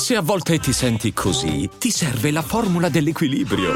Se a volte ti senti così, ti serve la formula dell'equilibrio.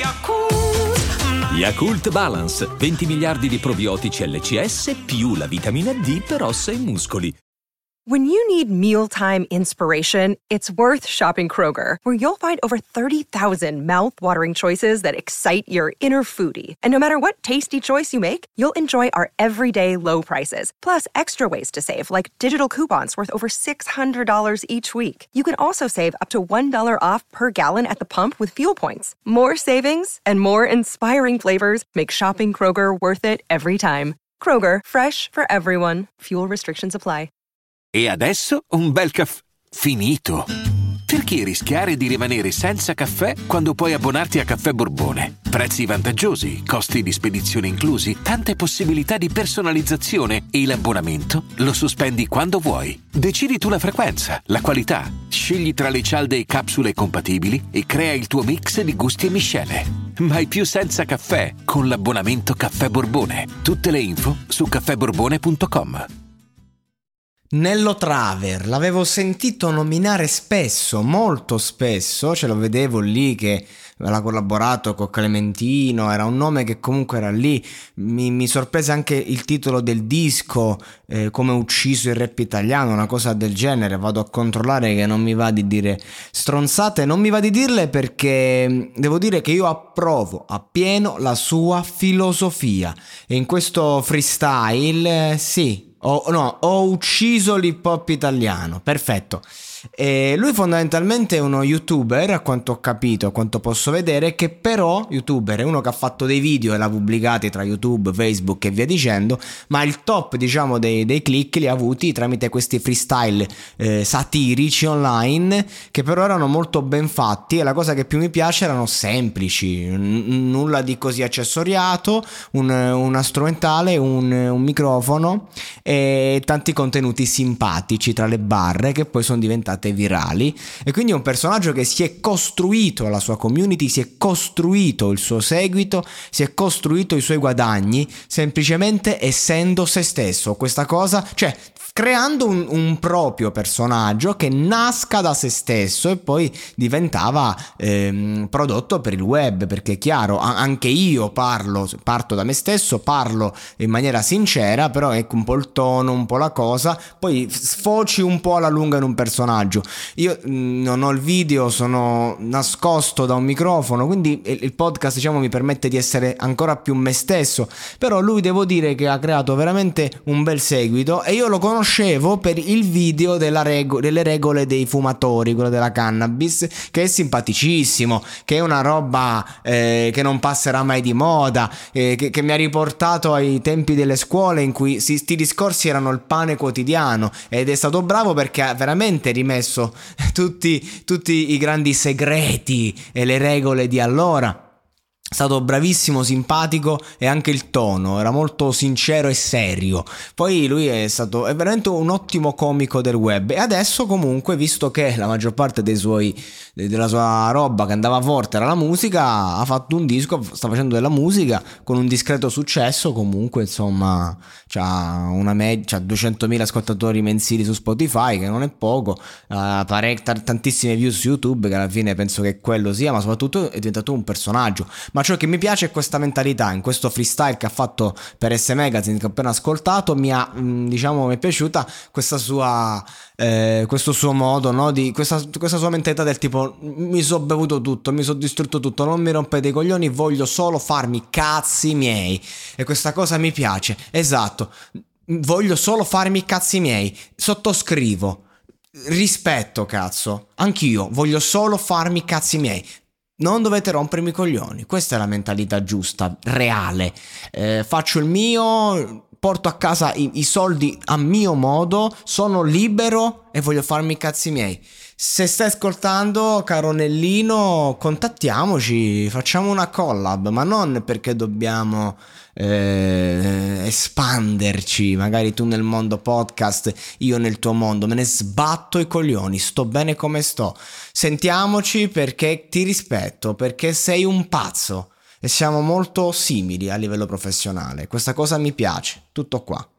Yakult Balance, 20 miliardi di probiotici LCS più la vitamina D per ossa e muscoli. When you need mealtime inspiration, it's worth shopping Kroger, where you'll find over 30,000 mouth-watering choices that excite your inner foodie. And no matter what tasty choice you make, you'll enjoy our everyday low prices, plus extra ways to save, like digital coupons worth over $600 each week. You can also save up to $1 off per gallon at the pump with fuel points. More savings and more inspiring flavors make shopping Kroger worth it every time. Kroger, fresh for everyone. Fuel restrictions apply. E adesso un bel caffè finito. Perché rischiare di rimanere senza caffè quando puoi abbonarti a Caffè Borbone? Prezzi vantaggiosi, costi di spedizione inclusi, tante possibilità di personalizzazione e l'abbonamento lo sospendi quando vuoi. Decidi tu la frequenza, la qualità, scegli tra le cialde e capsule compatibili e crea il tuo mix di gusti e miscele. Mai più senza caffè con l'abbonamento Caffè Borbone. Tutte le info su caffèborbone.com. Nello Traver, l'avevo sentito nominare spesso, molto spesso, ce lo vedevo lì che aveva collaborato con Clementino, era un nome che comunque era lì, mi sorprese anche il titolo del disco, come ucciso il rap italiano, una cosa del genere. Vado a controllare che non mi va di dire stronzate, non mi va di dirle perché devo dire che io approvo appieno la filosofia e in questo freestyle sì. Ho ucciso l'hip hop italiano, perfetto. E lui fondamentalmente è uno youtuber, a quanto ho capito, a quanto posso vedere, che però youtuber è uno che ha fatto dei video e l'ha pubblicati tra YouTube, Facebook e via dicendo, ma il top diciamo dei click li ha avuti tramite questi freestyle satirici online che però erano molto ben fatti e la cosa che più mi piace erano semplici, nulla di così accessoriato, una strumentale, un microfono e tanti contenuti simpatici tra le barre che poi sono diventate virali e quindi è un personaggio che si è costruito la sua community, si è costruito il suo seguito, si è costruito i suoi guadagni semplicemente essendo se stesso. Questa cosa, cioè creando un proprio personaggio che nasca da se stesso e poi diventava prodotto per il web, perché è chiaro, anche io parto da me stesso, parlo in maniera sincera, però ecco un po' il tono, un po' la cosa, poi sfoci un po' alla lunga in un personaggio. Io non ho il video, sono nascosto da un microfono, quindi il podcast diciamo mi permette di essere ancora più me stesso, però lui devo dire che ha creato veramente un bel seguito e io lo conoscevo per il video delle regole dei fumatori, quello della cannabis, che è simpaticissimo, che è una roba che non passerà mai di moda, che mi ha riportato ai tempi delle scuole in cui sti discorsi erano il pane quotidiano, ed è stato bravo perché ha veramente rimesso tutti i grandi segreti e le regole di allora. È stato bravissimo, simpatico e anche il tono era molto sincero e serio. Poi lui è veramente un ottimo comico del web e adesso comunque, visto che la maggior parte della sua roba che andava forte era la musica, ha fatto un disco, sta facendo della musica con un discreto successo. Comunque insomma c'ha 200.000 ascoltatori mensili su Spotify, che non è poco, tantissime views su YouTube, che alla fine penso che quello sia, ma soprattutto è diventato un personaggio. Ma ciò che mi piace è questa mentalità, in questo freestyle che ha fatto per S Magazine che ho appena ascoltato, mi è piaciuta questo suo modo, no? Questa sua mentalità del tipo: mi sono bevuto tutto, mi sono distrutto tutto, non mi rompete i coglioni, voglio solo farmi i cazzi miei. E questa cosa mi piace, esatto, voglio solo farmi i cazzi miei, sottoscrivo, rispetto, cazzo, anch'io voglio solo farmi i cazzi miei. Non dovete rompermi i coglioni, questa è la mentalità giusta, reale. Faccio il mio, porto a casa i soldi a mio modo, sono libero e voglio farmi i cazzi miei. Se stai ascoltando, caro Nellino, contattiamoci, facciamo una collab, ma non perché dobbiamo espanderci, magari tu nel mondo podcast, io nel tuo mondo, me ne sbatto i coglioni, sto bene come sto. Sentiamoci perché ti rispetto, perché sei un pazzo e siamo molto simili a livello professionale. Questa cosa mi piace, tutto qua.